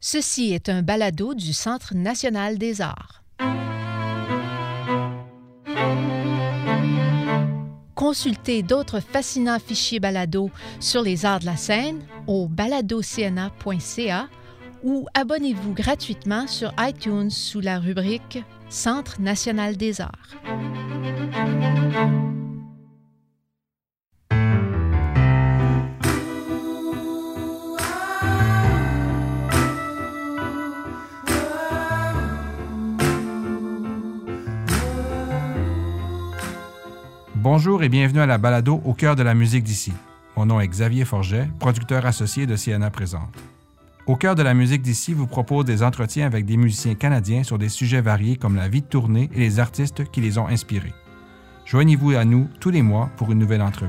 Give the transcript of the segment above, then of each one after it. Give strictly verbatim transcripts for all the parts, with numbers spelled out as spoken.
Ceci est un balado du Centre national des arts. Consultez d'autres fascinants fichiers balado sur les arts de la scène au balado c n a point c a ou abonnez-vous gratuitement sur iTunes sous la rubrique Centre national des arts. Bonjour et bienvenue à la balado Au cœur de la musique d'ici. Mon nom est Xavier Forget, producteur associé de Sienna Présente. Au cœur de la musique d'ici vous propose des entretiens avec des musiciens canadiens sur des sujets variés comme la vie de tournée et les artistes qui les ont inspirés. Joignez-vous à nous tous les mois pour une nouvelle entrevue.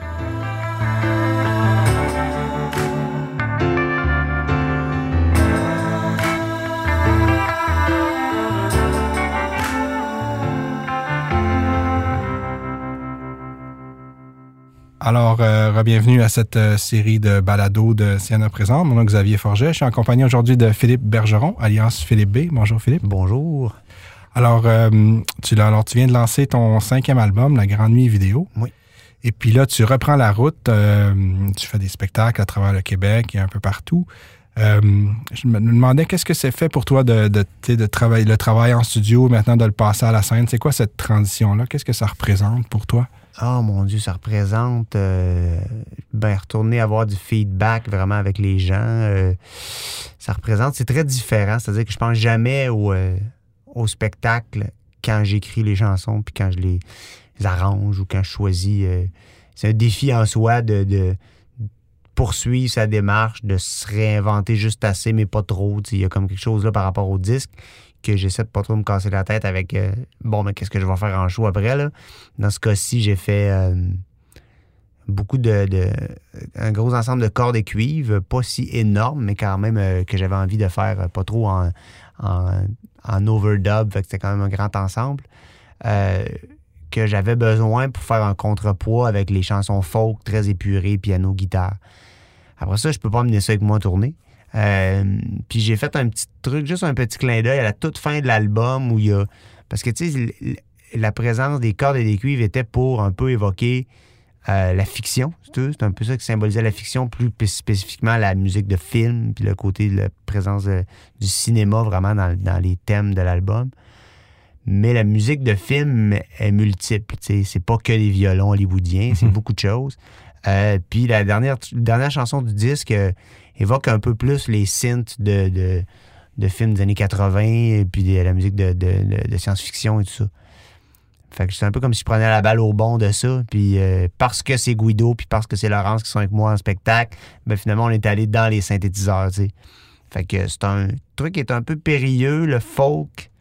Alors, euh, bienvenue à cette euh, série de balados de Sienna Présente. Mon nom est Xavier Forget. Je suis en compagnie aujourd'hui de Philippe Bergeron, alias Philippe B. Bonjour Philippe. Bonjour. Alors, euh, tu, alors, tu viens de lancer ton cinquième album, La Grande Nuit vidéo. Oui. Et puis là, tu reprends la route. Euh, tu fais des spectacles à travers le Québec et un peu partout. Euh, je me demandais qu'est-ce que c'est fait pour toi de, de, de travailler le travail en studio, maintenant de le passer à la scène. C'est quoi cette transition-là? Qu'est-ce que ça représente pour toi? Oh mon Dieu, ça représente euh, ben, retourner avoir du feedback vraiment avec les gens. Euh, ça représente, c'est très différent. C'est-à-dire que je pense jamais au, euh, au spectacle quand j'écris les chansons puis quand je les, les arrange ou quand je choisis. Euh, c'est un défi en soi de, de poursuivre sa démarche, de se réinventer juste assez, mais pas trop. Il y a comme quelque chose là par rapport au disque que j'essaie de pas trop me casser la tête avec euh, bon, mais qu'est-ce que je vais faire en show après, là? Dans ce cas-ci, j'ai fait euh, beaucoup de, de... un gros ensemble de cordes et cuivres, pas si énorme, mais quand même euh, que j'avais envie de faire euh, pas trop en, en, en overdub, fait que c'était quand même un grand ensemble euh, que j'avais besoin pour faire un contrepoids avec les chansons folk très épurées, piano, guitare. Après ça, je peux pas emmener ça avec moi tourner. Euh, puis j'ai fait un petit truc, juste un petit clin d'œil à la toute fin de l'album où il y a... Parce que, tu sais, la présence des cordes et des cuivres était pour un peu évoquer euh, la fiction. C'est un peu ça qui symbolisait la fiction, plus spécifiquement la musique de film, puis le côté de la présence de, du cinéma vraiment dans, dans les thèmes de l'album. Mais la musique de film est multiple. Tu sais, c'est pas que les violons hollywoodiens, c'est beaucoup de choses. Euh, puis la dernière, dernière chanson du disque euh, évoque un peu plus les synths de, de, de films des années quatre-vingts et puis de la musique de, de, de, de science-fiction et tout ça. Fait que c'est un peu comme si je prenais la balle au bon de ça. Puis euh, parce que c'est Guido puis parce que c'est Laurence qui sont avec moi en spectacle, ben finalement, on est allé dans les synthétiseurs, tu sais. Fait que c'est un truc qui est un peu périlleux, le folk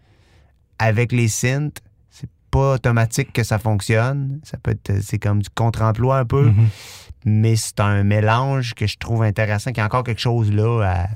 avec les synths. Pas automatique que ça fonctionne. Ça peut être, c'est comme du contre-emploi un peu. Mm-hmm. Mais c'est un mélange que je trouve intéressant, qu'il y a encore quelque chose là à,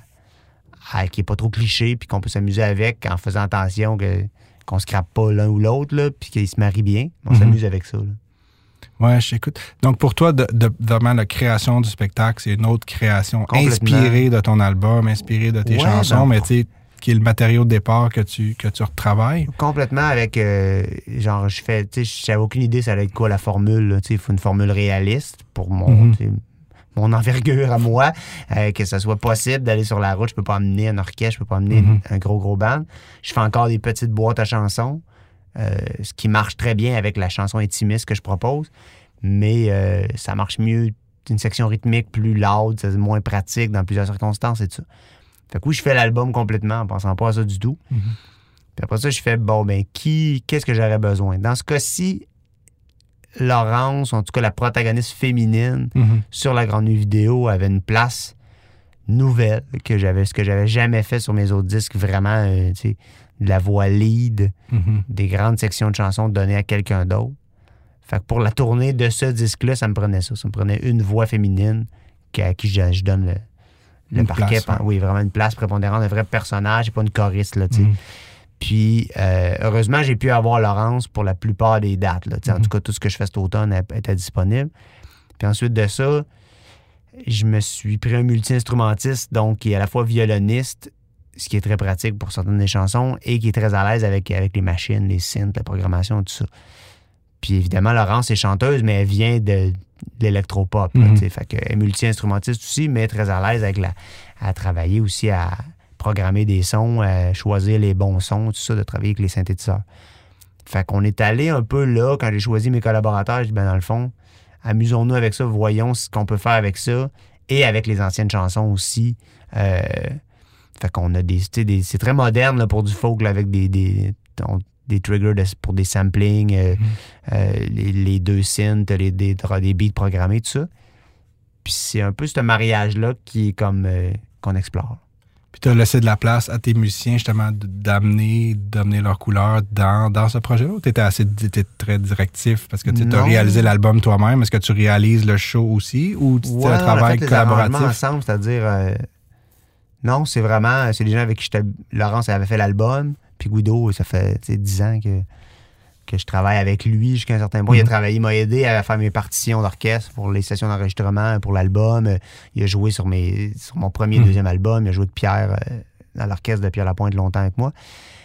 à, qui n'est pas trop cliché, puis qu'on peut s'amuser avec en faisant attention que, qu'on se crappe pas l'un ou l'autre, là, puis qu'ils se marient bien. On mm-hmm. s'amuse avec ça. Oui, je t'écoute. Donc, pour toi, de, de, vraiment, la création du spectacle, c'est une autre création inspirée de ton album, inspirée de tes ouais, chansons, ben, mais tu sais, qui est le matériau de départ que tu, que tu retravailles. Complètement avec, euh, genre, je fais, tu sais, j'avais aucune idée ça allait être quoi la formule, tu sais, il faut une formule réaliste pour mon, mm-hmm. mon envergure à moi, euh, que ça soit possible d'aller sur la route. Je peux pas amener un orchestre, je peux pas amener mm-hmm. un gros, gros band. Je fais encore des petites boîtes à chansons, euh, ce qui marche très bien avec la chanson intimiste que je propose, mais euh, ça marche mieux, une section rythmique plus loud, c'est moins pratique dans plusieurs circonstances et tout ça. Fait que oui, je fais l'album complètement en pensant pas à ça du tout. Mm-hmm. Puis après ça, je fais, bon, ben, qui, qu'est-ce que j'aurais besoin? Dans ce cas-ci, Laurence, en tout cas la protagoniste féminine mm-hmm. sur La Grande Nuit vidéo, avait une place nouvelle, que j'avais, ce que j'avais jamais fait sur mes autres disques, vraiment, euh, tu sais, de la voix lead, mm-hmm. des grandes sections de chansons données à quelqu'un d'autre. Fait que pour la tournée de ce disque-là, ça me prenait ça. Ça me prenait une voix féminine à qui je, je donne le Le une parquet, place, ouais. Oui, vraiment une place prépondérante, un vrai personnage, et pas une choriste, là, tu sais. Mm. Puis, euh, heureusement, j'ai pu avoir Laurence pour la plupart des dates, là, tu sais. Mm. En tout cas, tout ce que je fais cet automne était disponible. Puis ensuite de ça, je me suis pris un multi-instrumentiste, donc qui est à la fois violoniste ce qui est très pratique pour certaines des chansons, et qui est très à l'aise avec, avec les machines, les synths, la programmation, tout ça. Puis évidemment, Laurence est chanteuse, mais elle vient de, de l'électropop. Mm-hmm. Là, fait que, elle est multi-instrumentiste aussi, mais très à l'aise avec la, à travailler aussi à programmer des sons, à choisir les bons sons, tout ça, de travailler avec les synthétiseurs. Fait qu'on est allé un peu là, quand j'ai choisi mes collaborateurs, j'ai dit, ben dans le fond, amusons-nous avec ça, voyons ce qu'on peut faire avec ça, et avec les anciennes chansons aussi. Euh, fait qu'on a des, des... C'est très moderne là, pour du folk, là, avec des... des on, des triggers de, pour des samplings, euh, mm. euh, les, les deux synths, les, des, des beats programmés, tout ça. Puis c'est un peu ce mariage-là qui est comme euh, qu'on explore. Puis tu as laissé de la place à tes musiciens, justement, d'amener, d'amener leur couleur dans, dans ce projet-là, ou tu étais assez t'étais très directif parce que tu as réalisé l'album toi-même? Est-ce que tu réalises le show aussi, ou tu ouais, un travail on a fait collaboratif? Les ensemble, c'est-à-dire... Euh, non, c'est vraiment... C'est des gens avec qui j'étais... Laurence avait fait l'album. Puis Guido, ça fait dix ans que, que je travaille avec lui jusqu'à un certain point. Mm-hmm. Il a travaillé, il m'a aidé à faire mes partitions d'orchestre pour les sessions d'enregistrement, pour l'album. Il a joué sur, mes, sur mon premier et mm-hmm. deuxième album. Il a joué avec Pierre, euh, dans l'orchestre de Pierre Lapointe longtemps avec moi.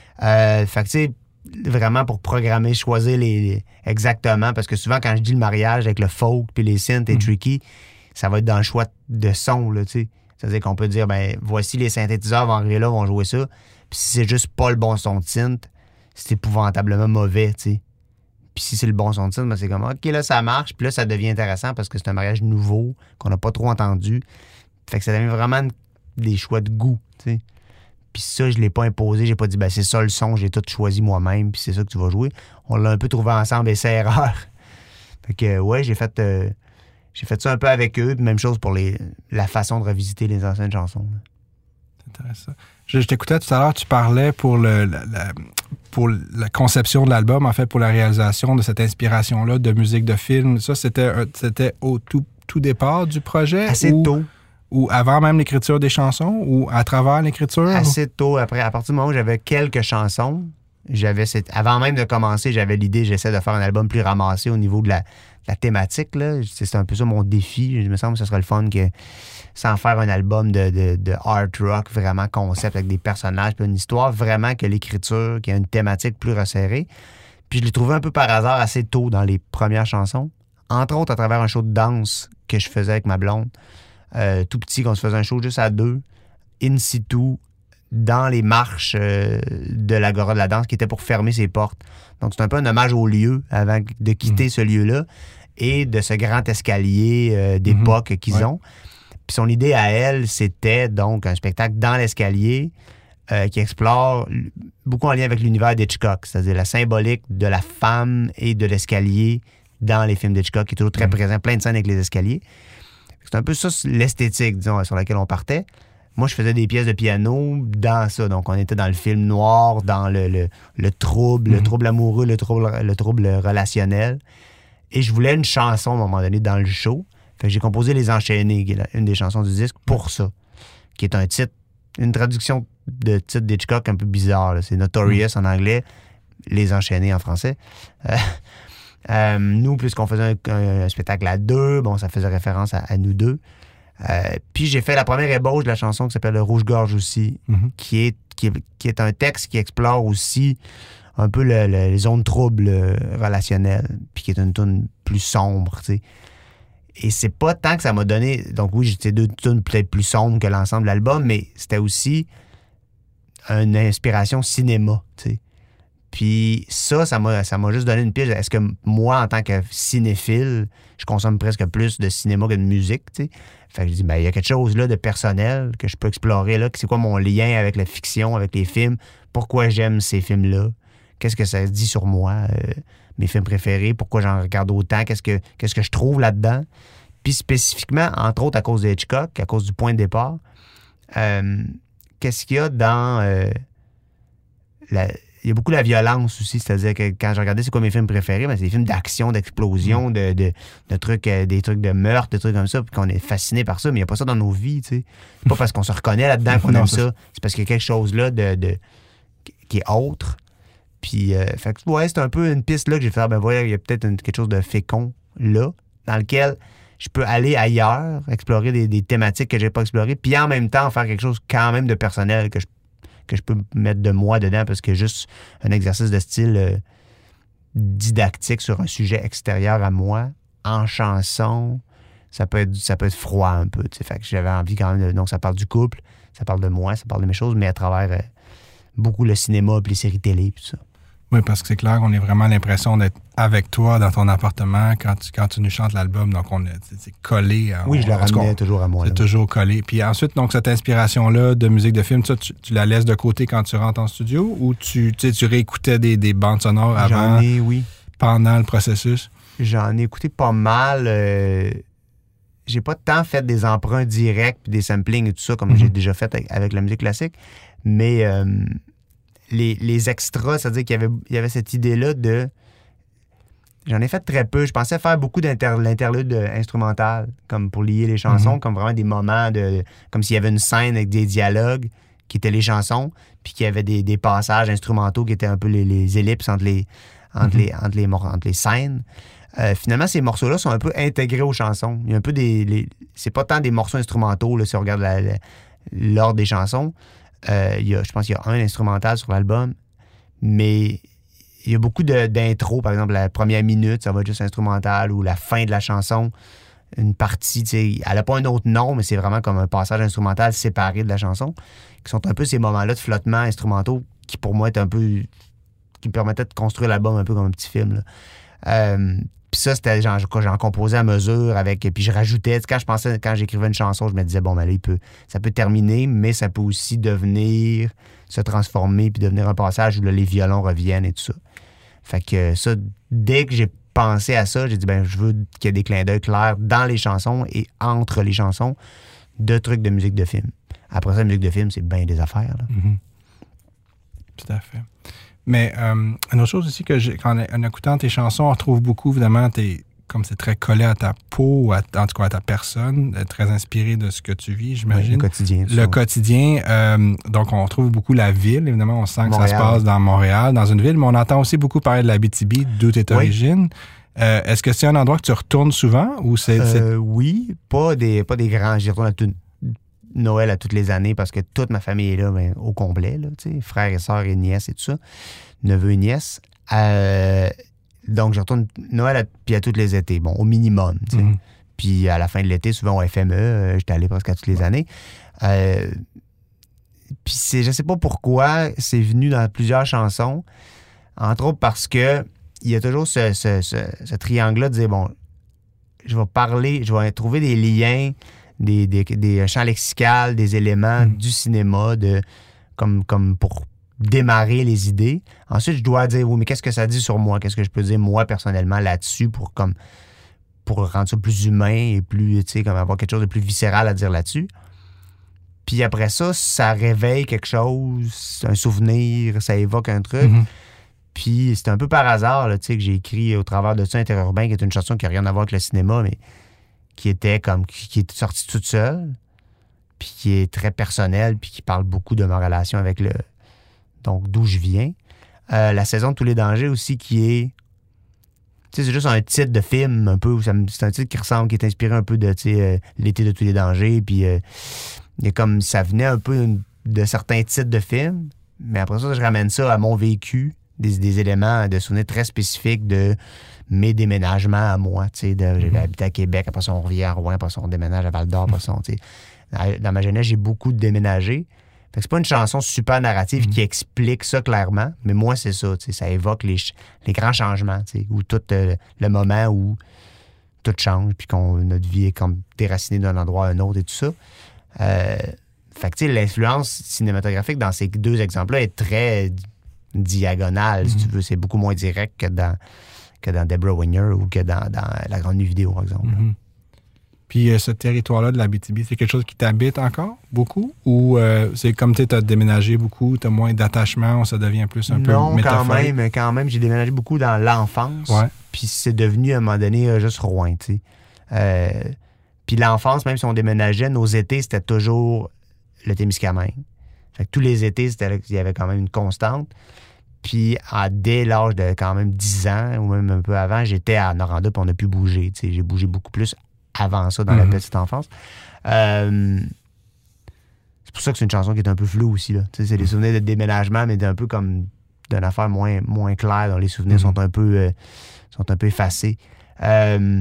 Euh, fait que tu sais, vraiment pour programmer, choisir les, les... Exactement, parce que souvent quand je dis le mariage avec le folk puis les synths et mm-hmm. tricky, ça va être dans le choix de son, là, tu sais. C'est-à-dire qu'on peut dire, ben voici les synthétiseurs vont arriver là, vont jouer ça. Puis si c'est juste pas le bon son de synth, c'est épouvantablement mauvais, tu sais. Puis si c'est le bon son de synth, ben c'est comme, OK, là, ça marche. Puis là, ça devient intéressant parce que c'est un mariage nouveau, qu'on n'a pas trop entendu. Fait que ça devient vraiment des choix de goût, tu sais. Puis ça, je l'ai pas imposé. J'ai pas dit, ben c'est ça le son, j'ai tout choisi moi-même, puis c'est ça que tu vas jouer. On l'a un peu trouvé ensemble, essai-erreur. Fait que, ouais, j'ai fait... Euh, j'ai fait ça un peu avec eux. Même chose pour les, la façon de revisiter les anciennes chansons. C'est intéressant. Je, je t'écoutais tout à l'heure, tu parlais pour, le, la, la, pour la conception de l'album, en fait, pour la réalisation de cette inspiration-là de musique de film. Ça, c'était, c'était au tout, tout départ du projet? Assez ou, tôt. Ou avant même l'écriture des chansons? Ou à travers l'écriture? Assez tôt. Après, à partir du moment où j'avais quelques chansons, j'avais cette, avant même de commencer, j'avais l'idée, j'essaie de faire un album plus ramassé au niveau de la, la thématique. Là. C'est un peu ça mon défi. Il me semble que ce serait le fun que, sans faire un album de, de, de art rock, vraiment concept avec des personnages, puis une histoire, vraiment que l'écriture, qui a une thématique plus resserrée. Puis je l'ai trouvé un peu par hasard assez tôt dans les premières chansons. Entre autres, à travers un show de danse que je faisais avec ma blonde. Euh, tout petit, qu'on se faisait un show juste à deux, in situ, dans les marches euh, de l'Agora de la danse, qui était pour fermer ses portes. Donc, c'est un peu un hommage au lieu avant de quitter mmh. ce lieu-là et de ce grand escalier euh, d'époque mmh. qu'ils ouais. ont. Puis son idée à elle, c'était donc un spectacle dans l'escalier euh, qui explore beaucoup en lien avec l'univers d'Hitchcock, c'est-à-dire la symbolique de la femme et de l'escalier dans les films d'Hitchcock, qui est toujours très mmh. présent, plein de scènes avec les escaliers. C'est un peu ça, l'esthétique, disons, sur laquelle on partait. Moi, je faisais des pièces de piano dans ça. Donc, on était dans le film noir, dans le, le, le trouble, mm-hmm. le trouble amoureux, le trouble, le trouble relationnel. Et je voulais une chanson, à un moment donné, dans le show. Fait que j'ai composé Les Enchaînés, qui est la, une des chansons du disque, pour ça. Qui est un titre, une traduction de titre d'Hitchcock un peu bizarre. Là. C'est Notorious mm-hmm. en anglais, Les Enchaînés en français. Euh, euh, nous, puisqu'on faisait un, un, un spectacle à deux, bon, ça faisait référence à, à nous deux. Euh, puis j'ai fait la première ébauche de la chanson qui s'appelle Le Rouge-Gorge aussi, mm-hmm. qui, est, qui, est, qui est un texte qui explore aussi un peu le, le, les zones troubles relationnelles, puis qui est une tune plus sombre, tu sais. Et c'est pas tant que ça m'a donné... Donc oui, j'étais deux tunes peut-être plus sombres que l'ensemble de l'album, mais c'était aussi une inspiration cinéma, tu sais. Puis ça, ça m'a, ça m'a juste donné une piste. Est-ce que moi, en tant que cinéphile, je consomme presque plus de cinéma que de musique, tu sais? Fait que je dis, ben, il y a quelque chose là de personnel que je peux explorer là. C'est quoi mon lien avec la fiction, avec les films? Pourquoi j'aime ces films-là? Qu'est-ce que ça dit sur moi? Euh, mes films préférés? Pourquoi j'en regarde autant? Qu'est-ce que, qu'est-ce que je trouve là-dedans? Puis spécifiquement, entre autres à cause de Hitchcock, à cause du point de départ, euh, qu'est-ce qu'il y a dans... Euh, la, il y a beaucoup de la violence aussi, c'est-à-dire que quand je regardais c'est quoi mes films préférés, ben c'est des films d'action, d'explosion, de, de, de trucs, euh, des trucs de meurtre, des trucs comme ça, puis qu'on est fasciné par ça, mais il n'y a pas ça dans nos vies, tu sais. C'est pas parce qu'on se reconnaît là-dedans qu'on aime ça, c'est parce qu'il y a quelque chose là de, de qui est autre. Puis, euh, fait que, ouais, c'est un peu une piste là que j'ai fait, ben voilà, il y a peut-être une, quelque chose de fécond là, dans lequel je peux aller ailleurs, explorer des, des thématiques que j'ai pas explorées, puis en même temps faire quelque chose quand même de personnel que je que je peux mettre de moi dedans parce que juste un exercice de style euh, didactique sur un sujet extérieur à moi, en chanson, ça peut être, ça peut être froid un peu. T'sais. Fait que j'avais envie quand même de, donc ça parle du couple, ça parle de moi, ça parle de mes choses, mais à travers euh, beaucoup le cinéma puis les séries télé puis tout ça. Oui, parce que c'est clair qu'on a vraiment l'impression d'être avec toi dans ton appartement quand tu, quand tu nous chantes l'album. Donc, on est, c'est collé. Oui, on, je le ramenais toujours à moi. C'est là, toujours ouais. collé. Puis ensuite, donc cette inspiration-là de musique de film, ça, tu, tu la laisses de côté quand tu rentres en studio ou tu, tu, sais, tu réécoutais des, des bandes sonores avant, J'en ai, oui. pendant le processus? J'en ai écouté pas mal. Euh, j'ai pas tant fait des emprunts directs puis des samplings et tout ça comme mm-hmm. j'ai déjà fait avec, avec la musique classique. Mais... Euh, Les, les extras, c'est-à-dire qu'il y avait, il y avait cette idée-là de... J'en ai fait très peu. Je pensais faire beaucoup de l'interlude instrumental, comme pour lier les chansons, mm-hmm. comme vraiment des moments de... Comme s'il y avait une scène avec des dialogues qui étaient les chansons, puis qu'il y avait des, des passages instrumentaux qui étaient un peu les, les ellipses entre les, entre mm-hmm. les, entre les, entre les scènes. Euh, finalement, ces morceaux-là sont un peu intégrés aux chansons. Il y a un peu des... Les, c'est pas tant des morceaux instrumentaux, là, si on regarde la, la, l'ordre des chansons. Euh, il y a, je pense qu'il y a un instrumental sur l'album, mais il y a beaucoup de, d'intros. Par exemple, la première minute, ça va être juste instrumental, ou la fin de la chanson, une partie, tu sais, elle n'a pas un autre nom, mais c'est vraiment comme un passage instrumental séparé de la chanson, qui sont un peu ces moments-là de flottement instrumentaux qui, pour moi, est un peu... qui me permettaient de construire l'album un peu comme un petit film. Là. Euh, Puis ça, c'était genre, j'en composais à mesure avec. Puis je rajoutais. Quand je pensais, quand j'écrivais une chanson, je me disais, bon, ben là, il peut, ça peut terminer, mais ça peut aussi devenir, se transformer, puis devenir un passage où là, les violons reviennent et tout ça. Fait que ça, dès que j'ai pensé à ça, j'ai dit, ben je veux qu'il y ait des clins d'œil clairs dans les chansons et entre les chansons de trucs de musique de film. Après ça, la musique de film, c'est bien des affaires. Là. Mm-hmm. Tout à fait. Mais euh, une autre chose aussi, que j'ai, quand, en écoutant tes chansons, on retrouve beaucoup, évidemment, t'es, comme c'est très collé à ta peau, à, en tout cas à ta personne, très inspiré de ce que tu vis, j'imagine. Oui, le quotidien. Le ça. quotidien. Euh, donc, on retrouve beaucoup la ville. Évidemment, on sent que Montréal, ça se passe dans Montréal, dans une ville, mais on entend aussi beaucoup parler de l'Abitibi, d'où tu es origine. Oui. Euh, est-ce que c'est un endroit que tu retournes souvent? Ou c'est, c'est... Euh, oui, pas des, pas des grands. J'y retourne à tout, Noël à toutes les années parce que toute ma famille est là, ben, au complet, là, frères et sœurs et nièces et tout ça, neveux et nièces. Euh, donc, je retourne Noël à, puis à tous les étés, bon, au minimum. Mm-hmm. Puis à la fin de l'été, souvent au F M E, euh, j'étais allé presque à toutes les années. Euh, puis c'est, je sais pas pourquoi, c'est venu dans plusieurs chansons, entre autres parce que il y a toujours ce, ce, ce, ce triangle-là de dire, bon, je vais parler, je vais trouver des liens, des, des, des champs lexicaux, des éléments mm. du cinéma, de, comme, comme pour démarrer les idées. Ensuite, je dois dire, oui, mais qu'est-ce que ça dit sur moi? Qu'est-ce que je peux dire, moi, personnellement, là-dessus, pour, comme, pour rendre ça plus humain et plus, tu sais, comme avoir quelque chose de plus viscéral à dire là-dessus. Puis après ça, ça réveille quelque chose, un souvenir, ça évoque un truc. Mm-hmm. Puis c'est un peu par hasard, là, tu sais, que j'ai écrit au travers de ça Interurbain, qui est une chanson qui n'a rien à voir avec le cinéma, mais qui était comme, qui, qui est sortie toute seule, puis qui est très personnelle, puis qui parle beaucoup de ma relation avec le... Donc, d'où je viens. Euh, la saison de tous les dangers aussi, qui est... Tu sais, c'est juste un titre de film, un peu, où ça me, c'est un titre qui ressemble, qui est inspiré un peu de, tu sais, euh, l'été de tous les dangers, puis euh, il y a comme, ça venait un peu une, de certains titres de films, mais après ça, je ramène ça à mon vécu, Des, des éléments de souvenirs très spécifiques de mes déménagements à moi. Tu sais, de, j'avais habité à Québec, après ça, on revient à Rouen, après ça, on déménage à Val-d'Or, après ça, tu sais. Dans, dans ma jeunesse, j'ai beaucoup déménagé. Fait que c'est pas une chanson super narrative mm-hmm. qui explique ça clairement, mais moi, c'est ça, tu sais, ça évoque les, les grands changements, tu sais, où tout euh, le moment où tout change, puis qu'on notre vie est comme déracinée d'un endroit à un autre et tout ça. Euh, fait que, tu sais, l'influence cinématographique dans ces deux exemples-là est très diagonale, mm-hmm. si tu veux. C'est beaucoup moins direct que dans, que dans Deborah Winger ou que dans, dans La Grande Nuit Vidéo, par exemple. Mm-hmm. Puis euh, ce territoire-là de l'Abitibi, c'est quelque chose qui t'habite encore beaucoup? Ou euh, c'est comme tu as déménagé beaucoup, tu as moins d'attachement, ça devient plus un non, peu métaphorique? Non, quand même, quand même, j'ai déménagé beaucoup dans l'enfance. Ouais. Puis c'est devenu, à un moment donné, euh, juste Rouen, tu sais. Euh, puis l'enfance, même si on déménageait, nos étés, c'était toujours le Témiscamingue. Fait que tous les étés, c'était, il y avait quand même une constante. Puis à, dès l'âge de quand même dix ans, ou même un peu avant, j'étais à Noranda, puis on a pu bouger. Tu sais, j'ai bougé beaucoup plus avant ça dans mm-hmm. la petite enfance. Euh, C'est pour ça que c'est une chanson qui est un peu floue aussi. Là. C'est des souvenirs de déménagement, mais d'un peu comme d'une affaire moins, moins claire, dont les souvenirs mm-hmm. sont, un peu, euh, sont un peu effacés. Euh,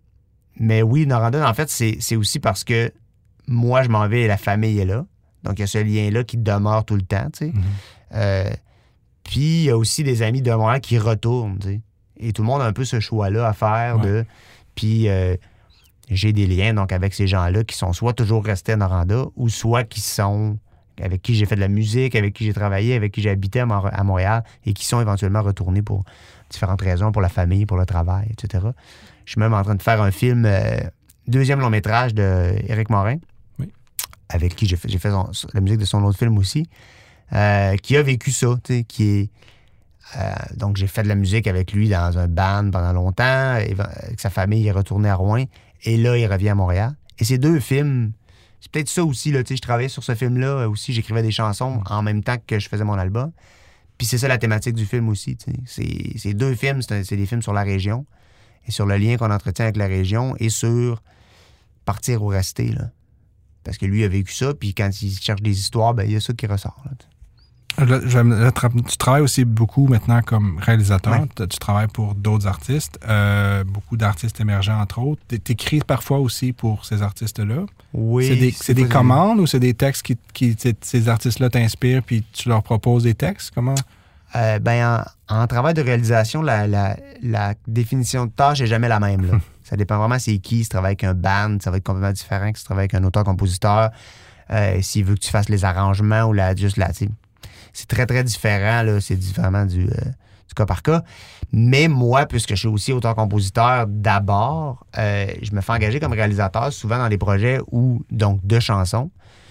mais oui, Noranda, en fait, c'est, c'est aussi parce que moi, je m'en vais et la famille est là. Donc, il y a ce lien-là qui demeure tout le temps. Tu sais. Mm-hmm. euh, puis, il y a aussi des amis de Montréal qui retournent. Tu sais. Et tout le monde a un peu ce choix-là à faire. Ouais. de Puis, euh, j'ai des liens donc avec ces gens-là qui sont soit toujours restés à Noranda ou soit qui sont avec qui j'ai fait de la musique, avec qui j'ai travaillé, avec qui j'ai habité à, Mont- à Montréal et qui sont éventuellement retournés pour différentes raisons, pour la famille, pour le travail, et cetera. Je suis même en train de faire un film, euh, deuxième long métrage d'Éric Morin, oui. avec qui j'ai fait, j'ai fait son, la musique de son autre film aussi, euh, qui a vécu ça, tu sais, qui est... Euh, donc, j'ai fait de la musique avec lui dans un band pendant longtemps. Et, avec sa famille, il est retourné à Rouen. Et là, il revient à Montréal. Et ces deux films, c'est peut-être ça aussi. Là, je travaillais sur ce film-là aussi. J'écrivais des chansons en même temps que je faisais mon album. Puis c'est ça la thématique du film aussi. C'est, ces deux films, c'est, un, c'est des films sur la région et sur le lien qu'on entretient avec la région et sur partir ou rester. Là. Parce que lui a vécu ça. Puis quand il cherche des histoires, ben, il y a ça qui ressort. Là. Là, je, là, tu travailles aussi beaucoup maintenant comme réalisateur. Ouais. Tu travailles pour d'autres artistes, euh, beaucoup d'artistes émergents, entre autres. Tu écris parfois aussi pour ces artistes-là. Oui. C'est des, c'est c'est des commandes ou c'est des textes qui, qui ces artistes-là t'inspirent puis tu leur proposes des textes? Comment? Euh, ben, en, en travail de réalisation, la, la, la définition de tâche n'est jamais la même. Là. Ça dépend vraiment c'est qui. Si tu travailles avec un band, ça va être complètement différent que si tu travailles avec un auteur-compositeur. Euh, s'il veut que tu fasses les arrangements ou la, juste la... C'est très, très différent. Là. C'est vraiment du, euh, du cas par cas. Mais moi, puisque je suis aussi auteur-compositeur d'abord, euh, je me fais engager comme réalisateur souvent dans des projets où, donc de chansons,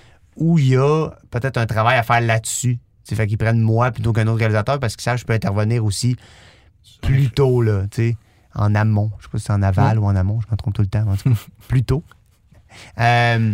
où il y a peut-être un travail à faire là-dessus. C'est fait qu'ils prennent moi plutôt qu'un autre réalisateur parce qu'ils savent que je peux intervenir aussi plus tôt, là, en amont. Je sais pas si c'est en aval mmh. ou en amont, je me trompe tout le temps. En tout cas, plus tôt. Euh,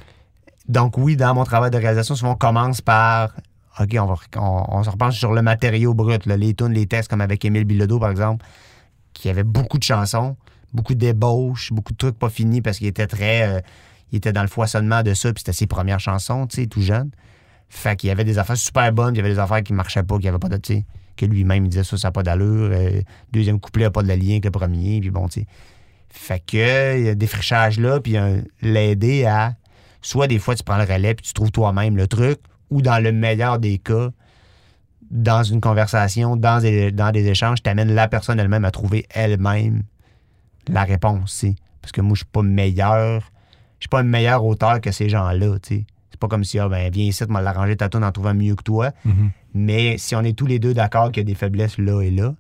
donc oui, dans mon travail de réalisation, souvent on commence par... OK, on, va, on, on se repense sur le matériau brut, là, les tunes, les textes, comme avec Émile Bilodeau, par exemple, qui avait beaucoup de chansons, beaucoup de débauches, beaucoup de trucs pas finis parce qu'il était très... Euh, il était dans le foisonnement de ça, puis c'était ses premières chansons, tu sais, tout jeune. Fait qu'il y avait des affaires super bonnes, il y avait des affaires qui marchaient pas, qui n'avaient pas de... Tu sais, que lui-même, il disait ça, ça n'a pas d'allure. Euh, deuxième couplet n'a pas de lien avec le premier, puis bon, tu sais. Fait que, il y a des frichages là, puis euh, l'aider à... Soit des fois, tu prends le relais, puis tu trouves toi-même le truc, ou dans le meilleur des cas, dans une conversation, dans des, dans des échanges, tu amènes la personne elle-même à trouver elle-même la réponse, tu sais. Parce que moi, je suis pas meilleur, je suis pas un meilleur auteur que ces gens-là, tu sais. C'est pas comme si, ah, ben, viens ici, tu m'as l'arrangé ta toune en trouvant mieux que toi. Mm-hmm. Mais si on est tous les deux d'accord qu'il y a des faiblesses là et là,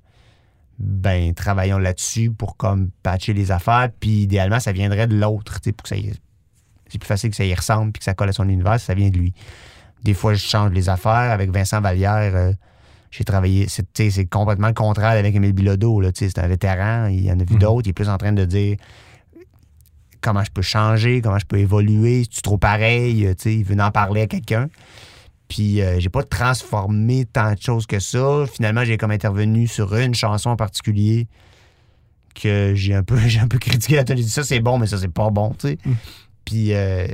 ben, travaillons là-dessus pour comme patcher les affaires, puis idéalement, ça viendrait de l'autre, tu sais, pour que ça y... C'est plus facile que ça y ressemble puis que ça colle à son univers, ça vient de lui. Des fois, je change les affaires. Avec Vincent Vallière, euh, j'ai travaillé... C'est, c'est complètement le contraire avec Émile Bilodeau. Là, c'est un vétéran. Il y en a vu mmh. d'autres. Il est plus en train de dire comment je peux changer, comment je peux évoluer. C'est-tu trop pareil? Il veut en parler à quelqu'un. Puis, euh, j'ai pas transformé tant de choses que ça. Finalement, j'ai comme intervenu sur une chanson en particulier que j'ai un peu, j'ai un peu critiqué. J'ai dit ça, c'est bon, mais ça, c'est pas bon. Mmh. Puis, euh,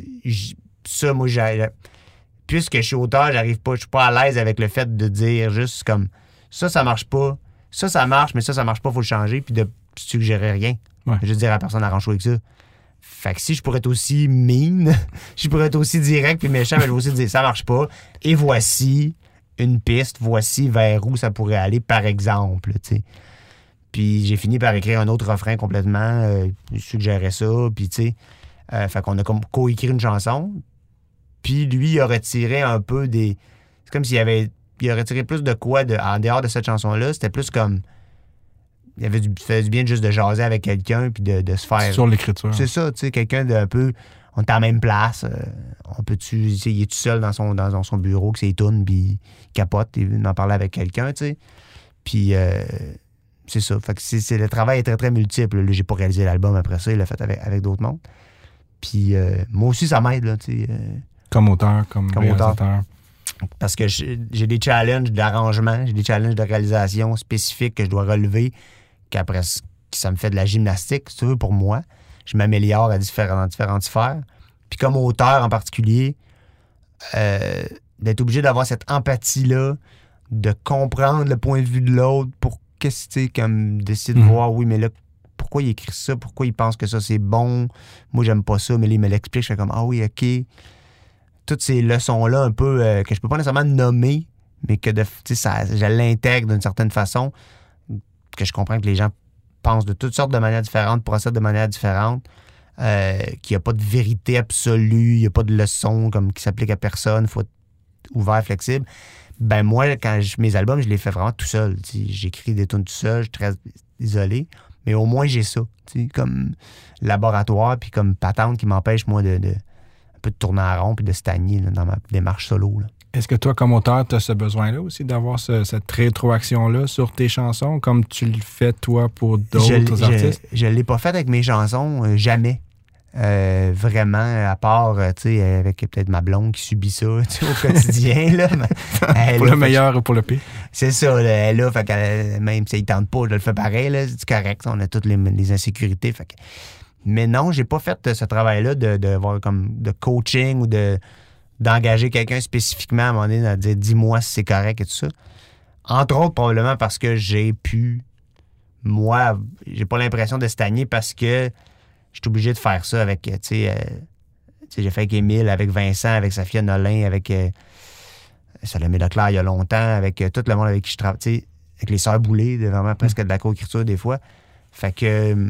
ça, moi, j'ai... Puisque je suis auteur, j'arrive pas, je suis pas à l'aise avec le fait de dire juste comme ça, ça marche pas, ça, ça marche, mais ça, ça marche pas, faut le changer, puis de suggérer rien. Ouais. Juste dire à la personne arrange avec ça. Fait que si je pourrais être aussi mean, je pourrais être aussi direct puis méchant, mais je vais aussi dire ça marche pas. Et voici une piste, voici vers où ça pourrait aller, par exemple, tu sais. Puis j'ai fini par écrire un autre refrain complètement, euh, je suggérais ça, puis tu sais, euh, fait qu'on a comme co-écrit une chanson. Puis lui, il a retiré un peu des... C'est comme s'il avait... Il a retiré plus de quoi de... en dehors de cette chanson-là. C'était plus comme... Il avait du... fait du bien juste de jaser avec quelqu'un puis de, de se faire... Sur l'écriture. C'est ça, tu sais, quelqu'un d'un peu... On est à la même place. Euh, on peut-tu... Il est tout seul dans son, dans, dans son bureau, que c'est tourne, puis il capote, il veut en parler avec quelqu'un, tu sais. Puis euh, c'est ça. Fait que c'est, c'est, le travail est très, très multiple. Là, j'ai pas réalisé l'album après ça. Il l'a fait avec, avec d'autres mondes. Puis euh, moi aussi, ça m'aide, là, tu sais... Euh, Comme auteur, comme, comme réalisateur. Auteur. Parce que j'ai des challenges d'arrangement, j'ai des challenges de réalisation spécifiques que je dois relever, qu'après, ça me fait de la gymnastique, si tu veux, pour moi. Je m'améliore à différentes, différentes sphères. Puis comme auteur en particulier, euh, d'être obligé d'avoir cette empathie-là, de comprendre le point de vue de l'autre pour que, tu sais, comme décider de mmh. voir, oui, mais là, pourquoi il écrit ça? Pourquoi il pense que ça, c'est bon? Moi, j'aime pas ça, mais là, il me l'explique. Je fais comme, ah oui, OK. Toutes ces leçons-là, un peu, euh, que je peux pas nécessairement nommer, mais que de, ça, je l'intègre d'une certaine façon, que je comprends que les gens pensent de toutes sortes de manières différentes, procèdent de manière différente, euh, qu'il n'y a pas de vérité absolue, il n'y a pas de leçon comme qui s'applique à personne, il faut être ouvert, flexible. Ben moi, quand je, mes albums, je les fais vraiment tout seul. T'sais. J'écris des tunes tout seul, je suis très isolé, mais au moins j'ai ça, comme laboratoire, puis comme patente qui m'empêche, moi, de, de un peu de tourner en rond puis de stagner là, dans ma démarche solo. Là. Est-ce que toi, comme auteur, tu as ce besoin-là aussi d'avoir ce, cette rétroaction-là sur tes chansons, comme tu le fais, toi, pour d'autres je, artistes? Je ne l'ai pas fait avec mes chansons, euh, jamais. Euh, vraiment, à part, tu sais, avec peut-être ma blonde qui subit ça au quotidien. Là, mais, pour là, le meilleur ou pour le pire? C'est ça, là, elle là, fait qu'elle, même si elle ne tente pas, je le fais pareil, là, c'est correct, on a toutes les, les insécurités. Fait que, mais non, j'ai pas fait ce travail-là de, de, de, comme, de coaching ou de d'engager quelqu'un spécifiquement à un moment donné, à dire dis-moi si c'est correct et tout ça. Entre autres, probablement parce que j'ai pu, moi, j'ai pas l'impression de stagner parce que je suis obligé de faire ça avec, tu sais, euh, j'ai fait avec Émile, avec Vincent, avec Safia Nolin, avec euh, Salomé Leclerc il y a longtemps, avec euh, tout le monde avec qui je travaille, tu sais, avec les Sœurs Boulay, de vraiment presque de la co-écriture des fois. Fait que euh,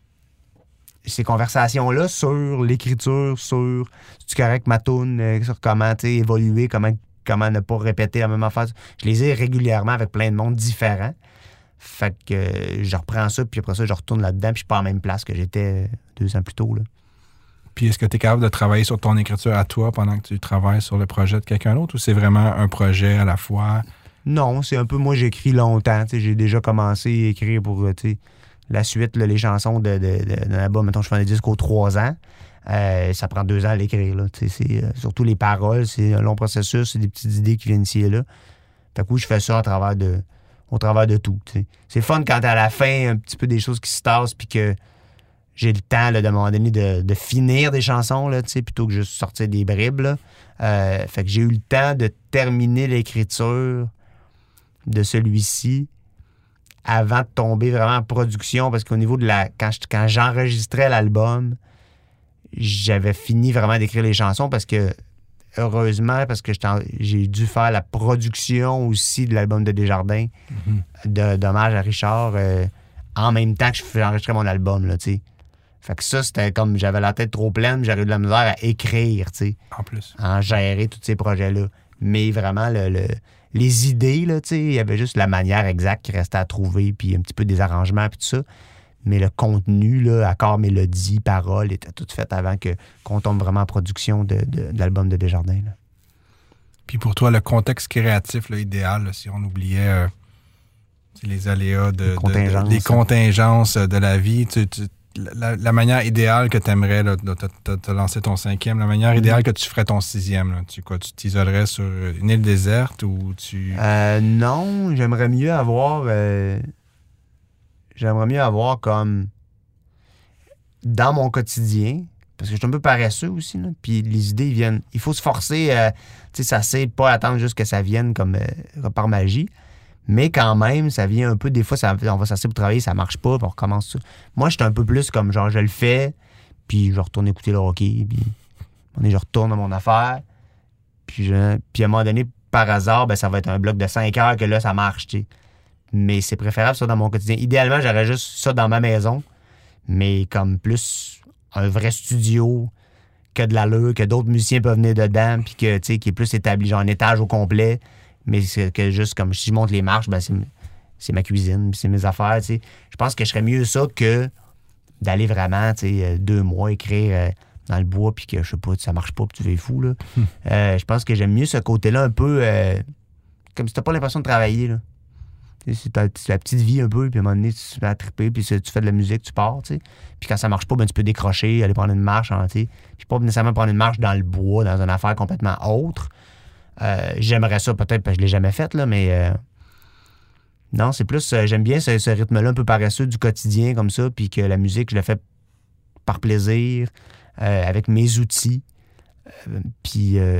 ces conversations-là sur l'écriture, sur c'est correct ma toune, euh, sur comment évoluer, comment, comment ne pas répéter la même affaire. Je les ai régulièrement avec plein de monde différent. Fait que euh, je reprends ça, puis après ça, je retourne là-dedans, puis je suis pas en même place que j'étais deux ans plus tôt. Là. Puis est-ce que tu es capable de travailler sur ton écriture à toi pendant que tu travailles sur le projet de quelqu'un d'autre, ou c'est vraiment un projet à la fois? Non, c'est un peu, moi, j'écris longtemps. J'ai déjà commencé à écrire pour, la suite, là, les chansons de, de, de, de l'album, mettons, je fais des disques aux trois ans. Euh, ça prend deux ans à l'écrire. Là. C'est, euh, surtout les paroles, c'est un long processus, c'est des petites idées qui viennent ici et là. Fait que oui, je fais ça à travers de, au travers de tout. T'sais. C'est fun quand à la fin, un petit peu des choses qui se tassent puis que j'ai le temps, là, de, à un moment donné, de, de finir des chansons, là, plutôt que juste sortir des bribes. Là. Euh, fait que j'ai eu le temps de terminer l'écriture de celui-ci avant de tomber vraiment en production, parce qu'au niveau de la... Quand, je, quand j'enregistrais l'album, j'avais fini vraiment d'écrire les chansons parce que, heureusement, parce que j'ai dû faire la production aussi de l'album de Desjardins, mm-hmm. de, d'hommage à Richard, euh, en même temps que j'enregistrais mon album, là, tu sais. Fait que ça, c'était comme... J'avais la tête trop pleine, j'avais eu de la misère à écrire, tu sais. En plus. En gérer tous ces projets-là. Mais vraiment, le... le les idées, là, tu sais, il y avait juste la manière exacte qui restait à trouver, puis un petit peu des arrangements, puis tout ça. Mais le contenu, là, accords, mélodies, paroles, était tout fait avant que, qu'on tombe vraiment en production de, de, de l'album de Desjardins. Là. Puis pour toi, le contexte créatif là, idéal, là, si on oubliait euh, les aléas, de, les, contingences, de, de, les contingences de la vie, tu, tu, la, la manière idéale que tu aimerais te lancer ton cinquième, la manière mm-hmm. idéale que tu ferais ton sixième, là, tu quoi, tu t'isolerais sur une île déserte ou tu... Euh, non, j'aimerais mieux avoir... Euh, j'aimerais mieux avoir comme... Dans mon quotidien, parce que je suis un peu paresseux aussi, là, puis les idées viennent... Il faut se forcer, euh, tu sais, ça c'est pas attendre juste que ça vienne comme, euh, par magie. Mais quand même, ça vient un peu... Des fois, ça, on va s'asseoir pour travailler, ça marche pas, puis on recommence ça. Moi, je suis un peu plus comme, genre, je le fais, puis je retourne écouter le hockey, puis je retourne à mon affaire, puis, je, puis à un moment donné, par hasard, ben, ça va être un bloc de cinq heures que là, ça marche, tu sais. Mais c'est préférable, ça, dans mon quotidien. Idéalement, j'aurais juste ça dans ma maison, mais comme plus un vrai studio que de l'allure, que d'autres musiciens peuvent venir dedans, puis que, tu sais, qui est plus établi, genre un étage au complet. Mais c'est que juste comme si je monte les marches, ben c'est, c'est ma cuisine, c'est mes affaires, tu sais. Je pense que je serais mieux ça que d'aller vraiment, tu sais, deux mois écrire euh, dans le bois puis que, je sais pas, ça marche pas puis tu fais fou, là. Hmm. Euh, je pense que j'aime mieux ce côté-là un peu euh, comme si t'as pas l'impression de travailler, là. C'est ta, c'est la petite vie un peu, puis à un moment donné, tu te mets à triper, puis tu fais de la musique, tu pars, tu sais. Puis quand ça marche pas, ben tu peux décrocher, aller prendre une marche, tu sais. Puis pas nécessairement prendre une marche dans le bois, dans une affaire complètement autre. Euh, j'aimerais ça peut-être parce que je l'ai jamais fait, là, mais euh, non, c'est plus, euh, j'aime bien ce, ce rythme-là un peu paresseux du quotidien comme ça, puis que la musique, je la fais par plaisir, euh, avec mes outils, euh, puis euh,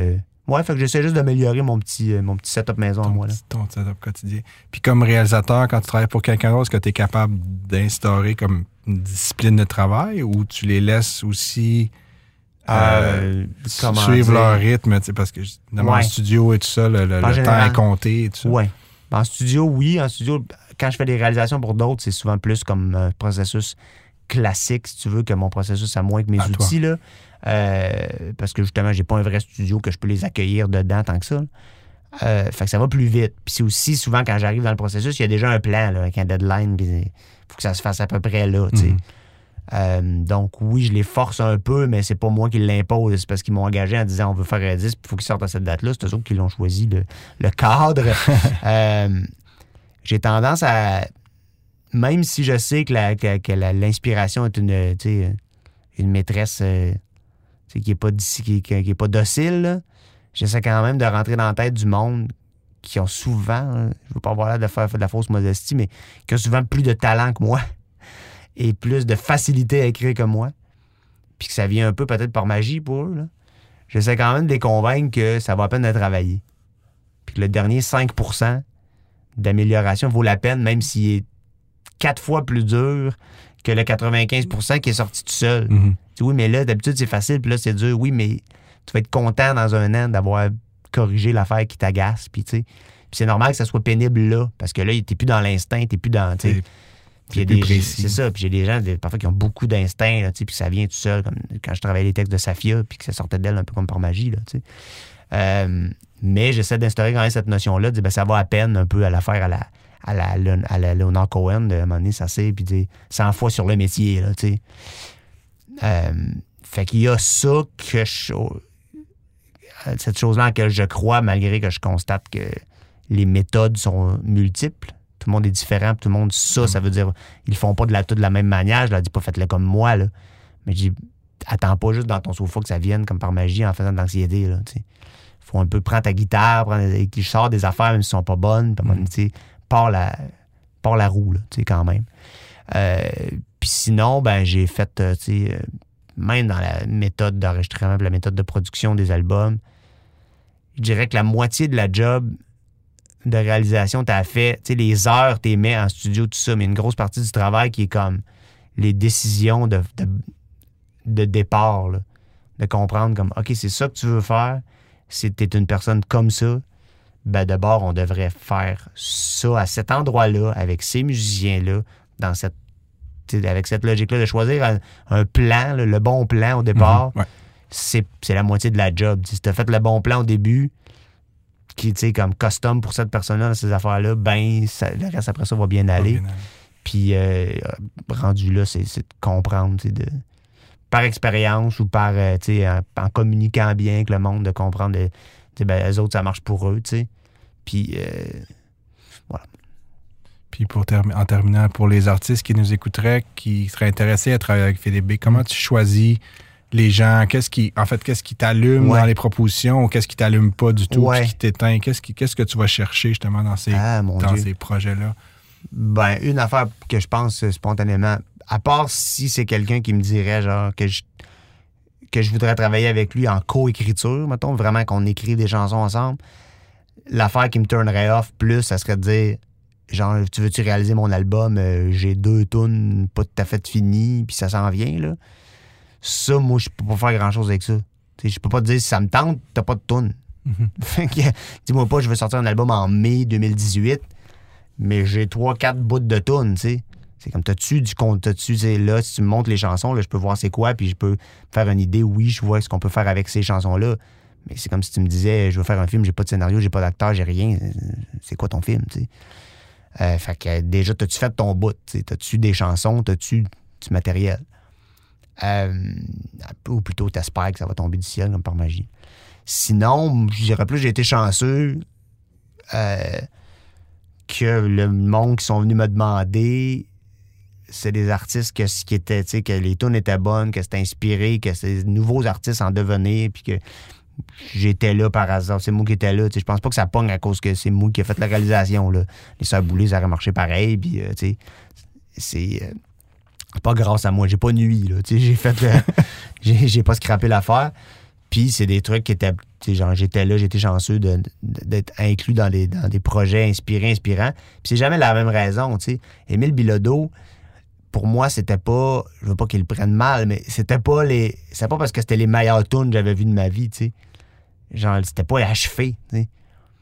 Ouais, fait que j'essaie juste d'améliorer mon petit, euh, mon petit setup maison ton à moi. Là. Petit, ton setup quotidien. Puis comme réalisateur, quand tu travailles pour quelqu'un d'autre, est-ce que tu es capable d'instaurer comme une discipline de travail ou tu les laisses aussi euh, euh, suivre dire? Leur rythme? Parce que dans ouais. mon studio et tout ça, le, le, le général, temps est compté et tout ça. Oui. En studio, oui. En studio, quand je fais des réalisations pour d'autres, c'est souvent plus comme un processus classique, si tu veux, que mon processus à moi avec mes à outils. Là. Euh, parce que justement, j'ai pas un vrai studio que je peux les accueillir dedans tant que ça. Euh, fait que ça va plus vite. Puis c'est aussi souvent quand j'arrive dans le processus, il y a déjà un plan là, avec un deadline. Il faut que ça se fasse à peu près là. Mm-hmm. Euh, donc oui, je les force un peu, mais c'est pas moi qui l'impose. C'est parce qu'ils m'ont engagé en disant on veut faire un disque, il faut qu'ils sortent à cette date-là. C'est eux autres qui l'ont choisi, le, le cadre. euh, j'ai tendance à. Même si je sais que, la, que, que la, l'inspiration est une, une maîtresse. Euh, qui n'est pas, qui, qui est pas docile, là. J'essaie quand même de rentrer dans la tête du monde qui ont souvent, hein, je ne veux pas avoir l'air de faire de la fausse modestie, mais qui ont souvent plus de talent que moi et plus de facilité à écrire que moi. Puis que ça vient un peu peut-être par magie pour eux. Là. J'essaie quand même de les convaincre que ça vaut la peine de travailler. Puis que le dernier cinq pour cent d'amélioration vaut la peine, même s'il est quatre fois plus dur que le quatre-vingt-quinze pour cent qui est sorti tout seul. Mm-hmm. Oui, mais là, d'habitude, c'est facile, puis là, c'est dur. Oui, mais tu vas être content dans un an d'avoir corrigé l'affaire qui t'agace, puis tu sais. Puis c'est normal que ça soit pénible là, parce que là, t'es plus dans l'instinct, t'es plus dans, tu sais. Puis il y a des, c'est ça, puis j'ai des gens, des, parfois, qui ont beaucoup d'instinct, là, tu sais, puis ça vient tout seul, comme quand je travaillais les textes de Safia, puis que ça sortait d'elle un peu comme par magie, là, tu sais. Euh, mais j'essaie d'instaurer quand même cette notion-là, de dire, ben, ça va à peine un peu à l'affaire à la à la, à la Leonard Cohen, de à un moment donné, ça c'est, puis dire cent fois sur le métier, là, tu sais. Euh, fait qu'il y a ça que je, cette chose-là en laquelle je crois, malgré que je constate que les méthodes sont multiples. Tout le monde est différent, tout le monde, ça, ça veut dire ils font pas de la tout de la même manière. Je leur dis pas faites-le comme moi, là. Mais je dis attends pas juste dans ton sofa que ça vienne comme par magie en faisant de l'anxiété, là, tu sais. Faut un peu prendre ta guitare, prendre des, je sors des affaires même si elles sont pas bonnes, puis mm. tu sais, pars la, pars la roue, là, tu sais, quand même. Euh, Puis sinon, ben j'ai fait, euh, tu sais, euh, même dans la méthode d'enregistrement, la méthode de production des albums, je dirais que la moitié de la job de réalisation, t'as fait, tu sais, les heures, t'es mets en studio, tout ça, mais une grosse partie du travail qui est comme les décisions de, de, de départ, là, de comprendre comme, OK, c'est ça que tu veux faire, si t'es une personne comme ça, ben d'abord, on devrait faire ça à cet endroit-là, avec ces musiciens-là, dans cette avec cette logique-là de choisir un, un plan, là, le bon plan au départ, mmh, ouais. c'est, c'est la moitié de la job. Si tu as fait le bon plan au début, qui est comme custom pour cette personne-là dans ces affaires-là, ben ça, le reste après ça va bien aller. Puis euh, rendu là, c'est, c'est de comprendre, de, par expérience ou par euh, en, en communiquant bien avec le monde, de comprendre que ben, les autres, ça marche pour eux. T'sais. Puis euh, voilà. Puis pour ter- en terminant, pour les artistes qui nous écouteraient, qui seraient intéressés à travailler avec Philippe B, comment tu choisis les gens? Qu'est-ce qui, en fait, qu'est-ce qui t'allume ouais. dans les propositions ou qu'est-ce qui t'allume pas du tout, ouais. qui t'éteint? Qu'est-ce, qui, qu'est-ce que tu vas chercher justement dans ces, ah, dans ces projets-là? Ben, une affaire que je pense spontanément, à part si c'est quelqu'un qui me dirait genre que je, que je voudrais travailler avec lui en co-écriture, mettons, vraiment qu'on écrit des chansons ensemble, l'affaire qui me turnerait off plus, ça serait de dire genre, tu veux-tu réaliser mon album? Euh, j'ai deux tunes pas tout à fait finies, puis ça s'en vient, là. Ça, moi, je peux pas faire grand-chose avec ça. T'sais, je peux pas te dire, si ça me tente, t'as pas de tunes. Mm-hmm. Dis-moi pas, je veux sortir un album en mai deux mille dix-huit, mais j'ai trois, quatre bouts de tunes, tu sais. C'est comme, t'as-tu du compte, t'as-tu, là, si tu me montres les chansons, là, je peux voir c'est quoi, puis je peux faire une idée, oui, je vois ce qu'on peut faire avec ces chansons-là. Mais c'est comme si tu me disais, je veux faire un film, j'ai pas de scénario, j'ai pas d'acteur, j'ai rien. C'est quoi ton film, tu sais? Euh, fait que déjà, t'as-tu fait ton bout? T'sais? T'as-tu des chansons? T'as-tu du matériel? Euh, ou plutôt, t'espères que ça va tomber du ciel comme par magie. Sinon, je dirais plus, j'ai été chanceux euh, que le monde qui sont venus me demander, c'est des artistes que, qui étaient, tu sais, que les tunes étaient bonnes, que c'était inspiré, que c'est des nouveaux artistes en devenir, puis que j'étais là par hasard. C'est moi qui étais là. Je pense pas que ça pogne à cause que c'est moi qui ai fait la réalisation. Là. Les Sœurs Boulay, ça aurait marché pareil. Puis, euh, tu sais, c'est euh, pas grâce à moi. J'ai pas nuit. Là. J'ai fait. Euh, j'ai, j'ai pas scrappé l'affaire. Puis c'est des trucs qui étaient, genre, j'étais là, j'étais chanceux de, de, d'être inclus dans, les, dans des projets inspirés, inspirants. Puis c'est jamais la même raison, tu sais. Émile Bilodeau, pour moi, c'était pas, je veux pas qu'il le prenne mal, mais c'était pas les, c'était pas parce que c'était les meilleures tunes que j'avais vues de ma vie, tu sais. Genre, c'était pas achevé, tu sais.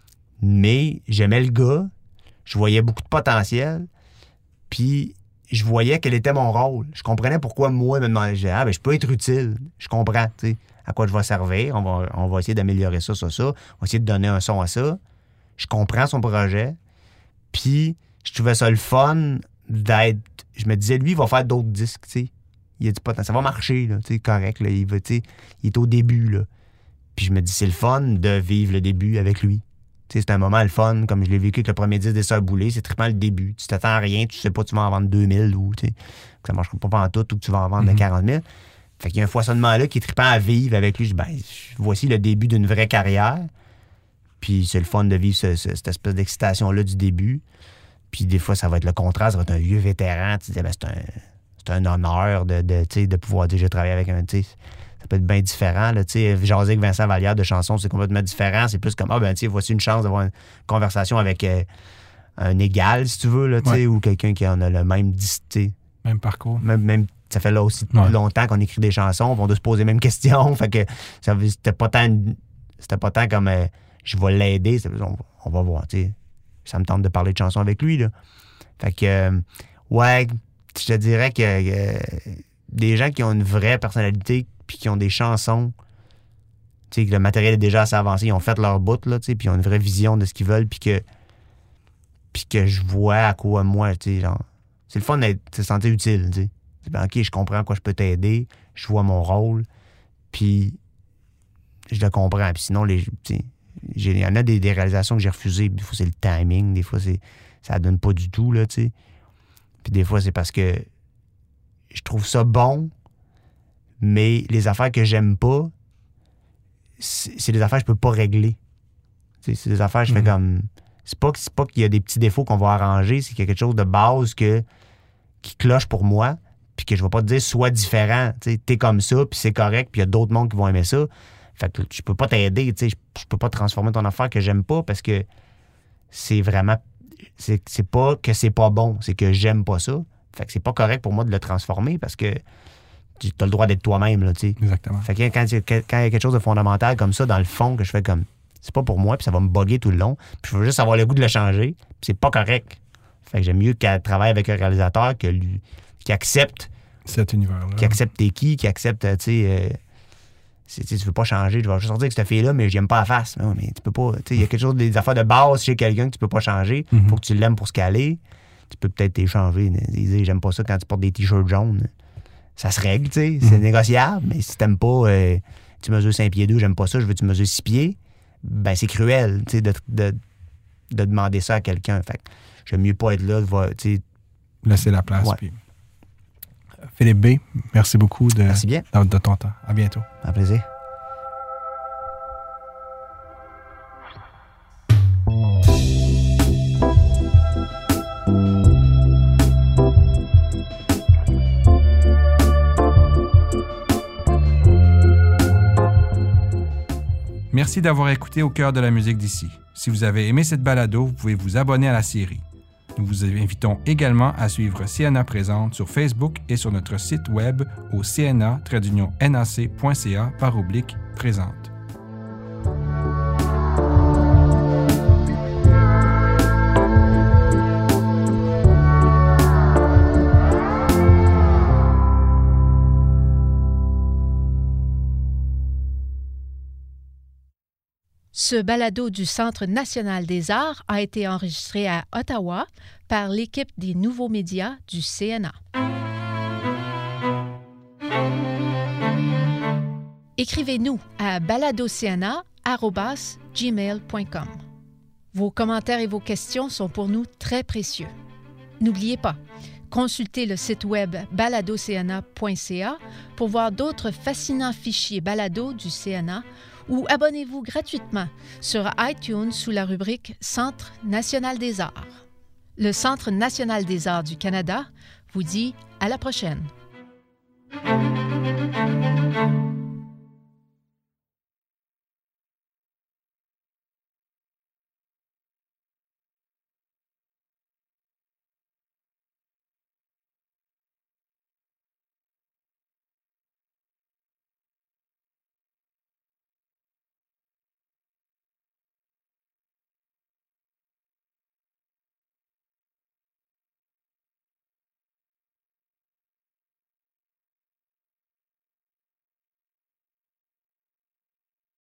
Mais j'aimais le gars, je voyais beaucoup de potentiel, puis je voyais quel était mon rôle. Je comprenais pourquoi moi, me demandais, ah, ben, je peux être utile. Je comprends, tu sais, à quoi je vais servir. On va, on va essayer d'améliorer ça, ça, ça. On va essayer de donner un son à ça. Je comprends son projet. Puis, je trouvais ça le fun d'être. Je me disais, lui, il va faire d'autres disques, tu sais. Il a du potentiel. Ça va marcher, là, tu sais, correct, là. Il va, tu sais, il est au début, là. Puis, je me dis, c'est le fun de vivre le début avec lui. Tu sais, c'est un moment le fun, comme je l'ai vécu avec le premier disque des Sœurs Boulay, c'est trippant le début. Tu t'attends à rien, tu sais pas, tu vas en vendre deux mille ou tu sais, que ça marchera pas en tout ou que tu vas en vendre mm-hmm. de quarante mille. Fait qu'il y a un foisonnement-là qui est trippant à vivre avec lui. Je dis, ben, voici le début d'une vraie carrière. Puis c'est le fun de vivre ce, ce, cette espèce d'excitation-là du début. Puis des fois, ça va être le contraire, ça va être un vieux vétéran. Tu dis, ben, c'est un, c'est un honneur de, de, tu sais, de pouvoir déjà travailler avec un, tu sais, ça peut être bien différent. Là, jaser avec Vincent Vallière de chansons, c'est complètement différent. C'est plus comme, ah ben, tu sais, voici une chance d'avoir une conversation avec euh, un égal, si tu veux, là, ouais. Ou quelqu'un qui en a le même... Même parcours. Même, même, ça fait là aussi ouais. longtemps qu'on écrit des chansons, on doit se poser les mêmes questions. Fait que ça, c'était pas tant... C'était pas tant comme, euh, je vais l'aider. On, on va voir, tu sais. Ça me tente de parler de chansons avec lui, là. Fait que, euh, ouais, je te dirais que euh, des gens qui ont une vraie personnalité puis qui ont des chansons, tu sais, que le matériel est déjà assez avancé, ils ont fait leur bout, là, tu sais, puis ils ont une vraie vision de ce qu'ils veulent, puis que puis que je vois à quoi moi, tu sais, genre, c'est le fun d'être, de se sentir utile, tu sais. Ben, OK, je comprends à quoi je peux t'aider, je vois mon rôle, puis je le comprends. Puis sinon, les, tu sais, il y en a des, des réalisations que j'ai refusées, des fois c'est le timing, des fois c'est ça donne pas du tout, là, tu sais. Puis des fois, c'est parce que je trouve ça bon, mais les affaires que j'aime pas, c'est, c'est des affaires que je peux pas régler. T'sais, c'est des affaires que je fais mm-hmm. comme... C'est pas, c'est pas qu'il y a des petits défauts qu'on va arranger, c'est qu'il y a quelque chose de base que, qui cloche pour moi, puis que je vais pas te dire « sois différent ». T'es comme ça, puis c'est correct, puis il y a d'autres mondes qui vont aimer ça. Fait que je peux pas t'aider, je, je peux pas transformer ton affaire que j'aime pas, parce que c'est vraiment... C'est, c'est pas que c'est pas bon, c'est que j'aime pas ça. Fait que c'est pas correct pour moi de le transformer, parce que tu as le droit d'être toi-même, là, tu sais. Exactement. Fait que quand, quand, quand il y a quelque chose de fondamental comme ça, dans le fond, que je fais comme, c'est pas pour moi, puis ça va me bugger tout le long, puis je veux juste avoir le goût de le changer, puis c'est pas correct. Fait que j'aime mieux qu'elle travaille avec un réalisateur que lui, qui accepte... cet univers-là. Qui accepte t'es qui, qui accepte, tu sais... Euh, c'est, tu veux pas changer, tu vas juste sortir avec cette fille-là, mais j'aime pas la face. Non, mais tu peux pas... Tu sais, il y a quelque chose, des affaires de base chez quelqu'un que tu peux pas changer. Mm-hmm. Faut que tu l'aimes pour ce qu'elle est. Tu peux peut-être t'échanger. Dire, j'aime pas ça quand tu portes des t-shirts jaunes. Ça se règle, tu sais. Mm-hmm. C'est négociable. Mais si t'aimes pas, euh, tu mesures cinq pieds deux, j'aime pas ça, je veux que tu mesures six pieds, ben c'est cruel, tu sais, de, de, de demander ça à quelqu'un. Fait que j'aime mieux pas être là, tu sais. Laisser la place. Ouais. Puis... Philippe B., merci beaucoup de, merci bien. de, de ton temps. À bientôt. Un plaisir. Merci d'avoir écouté Au cœur de la musique d'ici. Si vous avez aimé cette balado, vous pouvez vous abonner à la série. Nous vous invitons également à suivre C N A Présente sur Facebook et sur notre site web au c n a trait d'union n a c point c a par oblique présente. Ce balado du Centre national des arts a été enregistré à Ottawa par l'équipe des nouveaux médias du C N A. Écrivez-nous à baladocna arobase gmail point com. Vos commentaires et vos questions sont pour nous très précieux. N'oubliez pas, consultez le site web baladocna point c a pour voir d'autres fascinants fichiers balado du C N A ou abonnez-vous gratuitement sur iTunes sous la rubrique Centre national des arts. Le Centre national des arts du Canada vous dit à la prochaine.